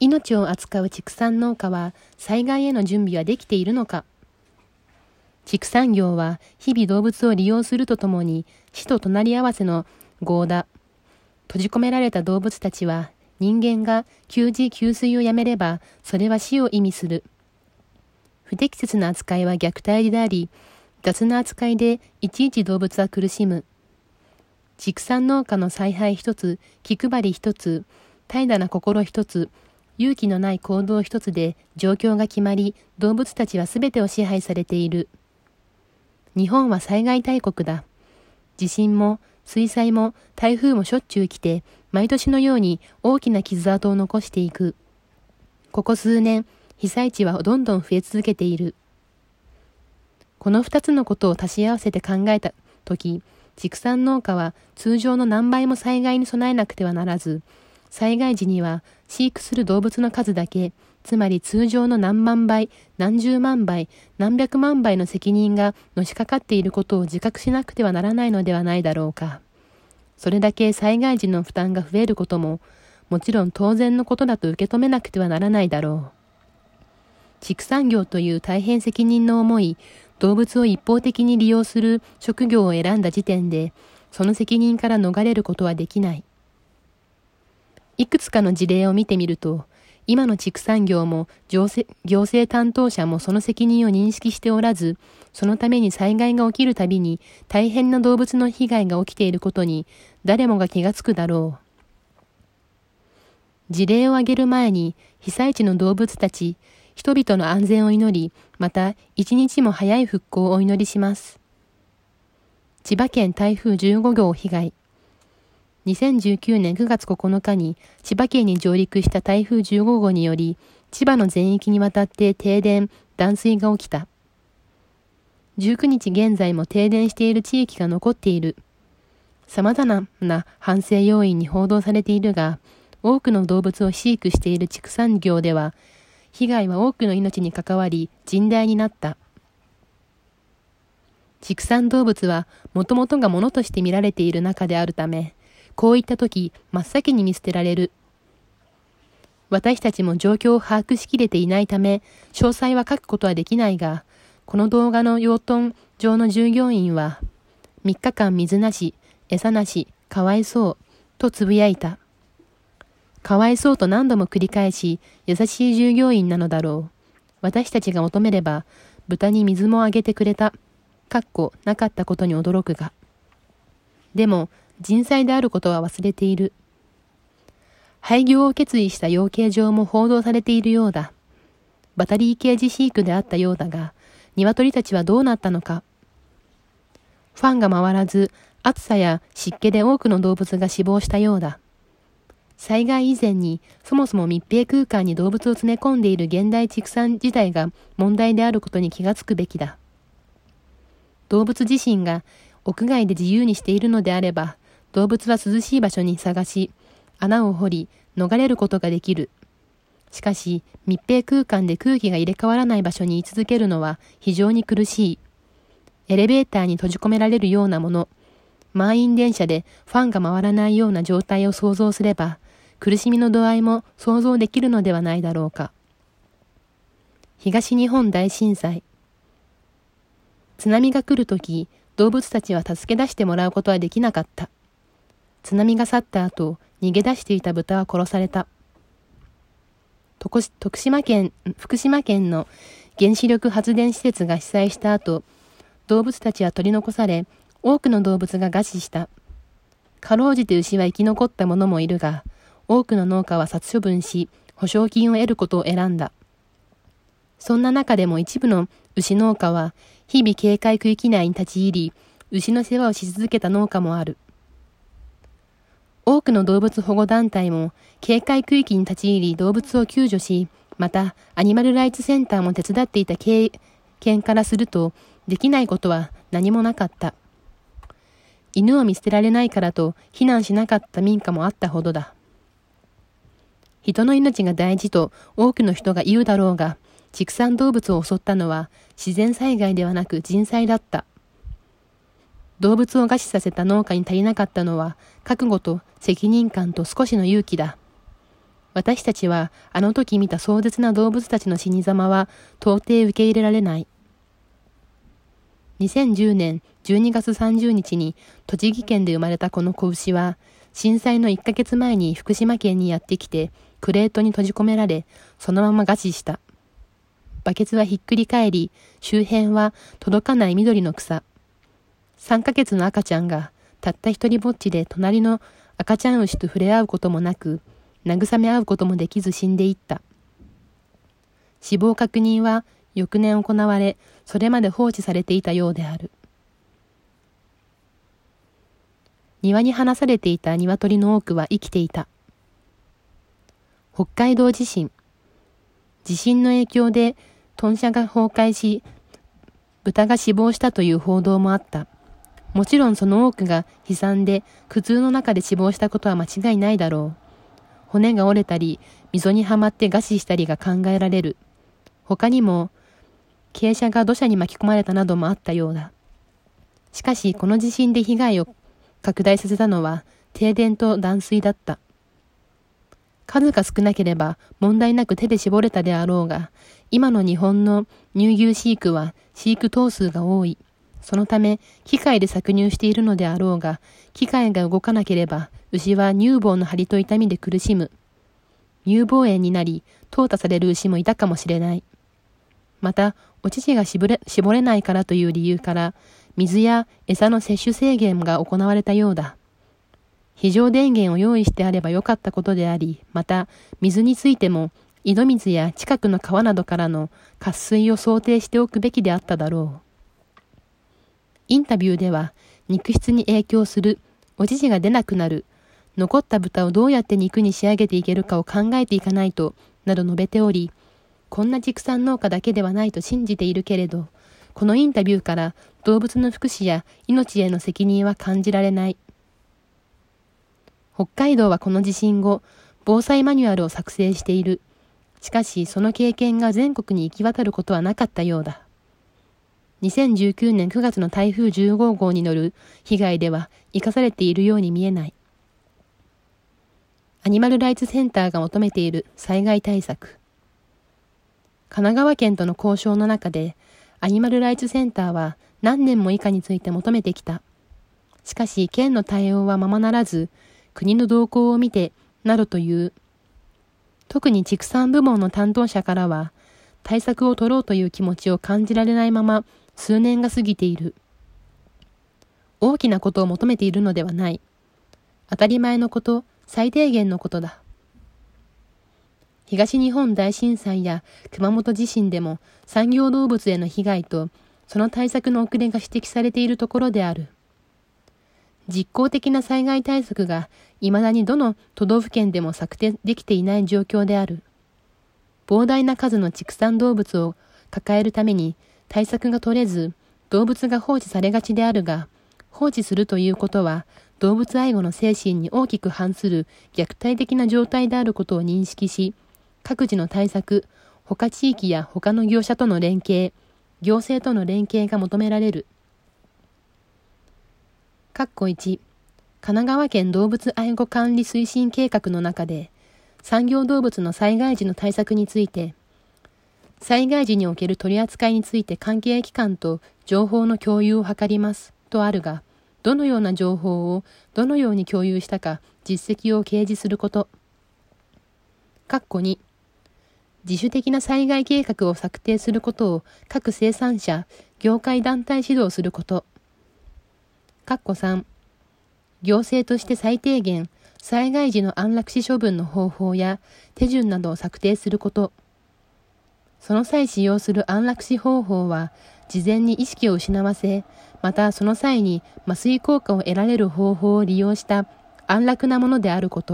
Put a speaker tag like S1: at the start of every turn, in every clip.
S1: 命を扱う畜産農家は災害への準備はできているのか。畜産業は日々動物を利用するとともに死と隣り合わせの業だ。閉じ込められた動物たちは人間が給餌給水をやめればそれは死を意味する。不適切な扱いは虐待であり、雑な扱いでいちいち動物は苦しむ。畜産農家の采配一つ、気配り一つ、怠惰な心一つ、勇気のない行動一つで状況が決まり、動物たちはすべてを支配されている。日本は災害大国だ。地震も水災も台風もしょっちゅう来て、毎年のように大きな傷跡を残していく。ここ数年、被災地はどんどん増え続けている。この二つのことを足し合わせて考えたとき、畜産農家は通常の何倍も災害に備えなくてはならず、災害時には飼育する動物の数だけ、つまり通常の何万倍、何十万倍、何百万倍の責任がのしかかっていることを自覚しなくてはならないのではないだろうか。それだけ災害時の負担が増えることも、もちろん当然のことだと受け止めなくてはならないだろう。畜産業という大変責任の重い、動物を一方的に利用する職業を選んだ時点で、その責任から逃れることはできない。いくつかの事例を見てみると、今の畜産業も行政担当者もその責任を認識しておらず、そのために災害が起きるたびに大変な動物の被害が起きていることに誰もが気がつくだろう。事例を挙げる前に被災地の動物たち、人々の安全を祈り、また一日も早い復興をお祈りします。千葉県台風15号被害。2019年9月9日に千葉県に上陸した台風15号により、千葉の全域にわたって停電、断水が起きた。19日現在も停電している地域が残っている。様々な反省要因に報道されているが、多くの動物を飼育している畜産業では、被害は多くの命に関わり甚大になった。畜産動物はもともとが物として見られている中であるため、こういった時真っ先に見捨てられる。私たちも状況を把握しきれていないため、詳細は書くことはできないが、この動画の養豚場の従業員は、3日間水なし、餌なし、かわいそう、とつぶやいた。かわいそうと何度も繰り返し、優しい従業員なのだろう。私たちが求めれば、豚に水もあげてくれた。なかったことに驚くが。でも、人災であることは忘れている。廃業を決意した養鶏場も報道されているようだ。バタリーケージ飼育であったようだが、鶏たちはどうなったのか。ファンが回らず、暑さや湿気で多くの動物が死亡したようだ。災害以前にそもそも密閉空間に動物を詰め込んでいる現代畜産自体が問題であることに気がつくべきだ。動物自身が屋外で自由にしているのであれば、動物は涼しい場所に探し、穴を掘り、逃れることができる。しかし、密閉空間で空気が入れ替わらない場所に居続けるのは非常に苦しい。エレベーターに閉じ込められるようなもの、満員電車でファンが回らないような状態を想像すれば、苦しみの度合いも想像できるのではないだろうか。東日本大震災。津波が来るとき、動物たちは助け出してもらうことはできなかった。津波が去った後、逃げ出していた豚は殺された。福島県の原子力発電施設が被災した後、動物たちは取り残され、多くの動物が餓死した。かろうじて牛は生き残った者もいるが、多くの農家は殺処分し、保証金を得ることを選んだ。そんな中でも一部の牛農家は、日々警戒区域内に立ち入り、牛の世話をし続けた農家もある。多くの動物保護団体も、警戒区域に立ち入り動物を救助し、また、アニマルライツセンターも手伝っていた経験からすると、できないことは何もなかった。犬を見捨てられないからと避難しなかった民家もあったほどだ。人の命が大事と多くの人が言うだろうが、畜産動物を襲ったのは自然災害ではなく人災だった。動物を餓死させた農家に足りなかったのは覚悟と責任感と少しの勇気だ。 私たちはあの時見た壮絶な動物たちの死に様は到底受け入れられない。2010年12月30日に栃木県で生まれたこの子牛は、震災の1ヶ月前に福島県にやってきて、クレートに閉じ込められ、そのまま餓死した。バケツはひっくり返り、周辺は届かない緑の草。3ヶ月の赤ちゃんが、たった一人ぼっちで隣の赤ちゃん牛と触れ合うこともなく、慰め合うこともできず死んでいった。死亡確認は翌年行われ、それまで放置されていたようである。庭に放されていた鶏の多くは生きていた。北海道地震。地震の影響で豚舎が崩壊し、豚が死亡したという報道もあった。もちろんその多くが悲惨で苦痛の中で死亡したことは間違いないだろう。骨が折れたり、溝にはまって餓死したりが考えられる。他にも、傾斜が土砂に巻き込まれたなどもあったようだ。しかし、この地震で被害を拡大させたのは停電と断水だった。数が少なければ問題なく手で絞れたであろうが、今の日本の乳牛飼育は飼育頭数が多い。そのため、機械で搾乳しているのであろうが、機械が動かなければ、牛は乳房の張りと痛みで苦しむ。乳房炎になり、淘汰される牛もいたかもしれない。また、お乳が絞れないからという理由から、水や餌の摂取制限が行われたようだ。非常電源を用意してあればよかったことであり、また、水についても、井戸水や近くの川などからの渇水を想定しておくべきであっただろう。インタビューでは、肉質に影響する、お乳が出なくなる、残った豚をどうやって肉に仕上げていけるかを考えていかないと、など述べており、こんな畜産農家だけではないと信じているけれど、このインタビューから動物の福祉や命への責任は感じられない。北海道はこの地震後、防災マニュアルを作成している。しかし、その経験が全国に行き渡ることはなかったようだ。2019年9月の台風15号による被害では生かされているように見えない。アニマルライツセンターが求めている災害対策。神奈川県との交渉の中で、アニマルライツセンターは何年も以下について求めてきた。しかし、県の対応はままならず、国の動向を見て、などという。特に畜産部門の担当者からは、対策を取ろうという気持ちを感じられないまま、数年が過ぎている。大きなことを求めているのではない。当たり前のこと、最低限のことだ。東日本大震災や熊本地震でも産業動物への被害とその対策の遅れが指摘されているところである。実効的な災害対策が未だにどの都道府県でも策定できていない状況である。膨大な数の畜産動物を抱えるために対策が取れず、動物が放置されがちであるが、放置するということは、動物愛護の精神に大きく反する虐待的な状態であることを認識し、各自の対策、他地域や他の業者との連携、行政との連携が求められる。1、神奈川県動物愛護管理推進計画の中で、産業動物の災害時の対策について、災害時における取り扱いについて関係機関と情報の共有を図りますとあるが、どのような情報をどのように共有したか実績を掲示すること。2、自主的な災害計画を策定することを各生産者、業界団体指導すること。3、行政として最低限、災害時の安楽死処分の方法や手順などを策定すること。その際使用する安楽死方法は、事前に意識を失わせ、またその際に麻酔効果を得られる方法を利用した安楽なものであること。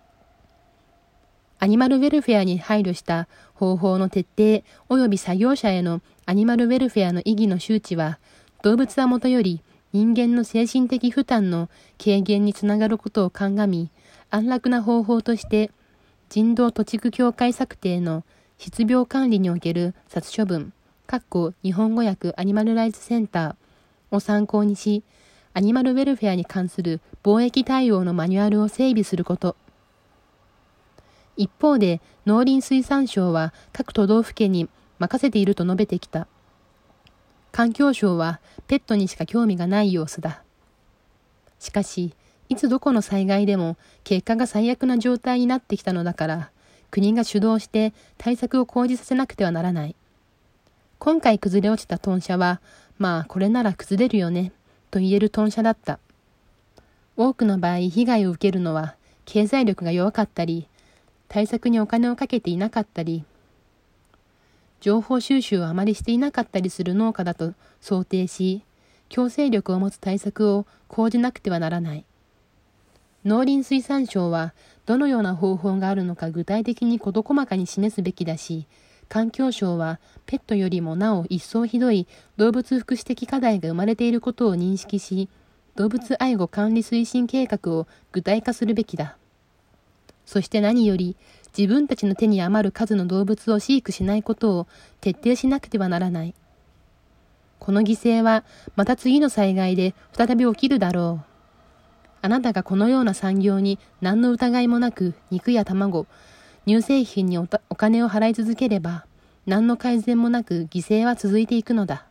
S1: アニマルウェルフェアに配慮した方法の徹底及び作業者へのアニマルウェルフェアの意義の周知は、動物はもとより人間の精神的負担の軽減につながることを鑑み、安楽な方法として人道土地区協会策定の失病管理における殺処分、日本語訳アニマルライツセンターを参考にし、アニマルウェルフェアに関する貿易対応のマニュアルを整備すること。 一方で農林水産省は各都道府県に任せていると述べてきた。環境省はペットにしか興味がない様子だ。しかし、いつどこの災害でも結果が最悪な状態になってきたのだから、国が主導して対策を講じさせなくてはならない。今回崩れ落ちた豚舎は、まあこれなら崩れるよね、と言える豚舎だった。多くの場合被害を受けるのは経済力が弱かったり、対策にお金をかけていなかったり、情報収集をあまりしていなかったりする農家だと想定し、強制力を持つ対策を講じなくてはならない。農林水産省はどのような方法があるのか具体的に事細かに示すべきだし、環境省はペットよりもなお一層ひどい動物福祉的課題が生まれていることを認識し、動物愛護管理推進計画を具体化するべきだ。そして何より自分たちの手に余る数の動物を飼育しないことを徹底しなくてはならない。この犠牲はまた次の災害で再び起きるだろう。あなたがこのような産業に何の疑いもなく肉や卵、乳製品にお金を払い続ければ、何の改善もなく犠牲は続いていくのだ。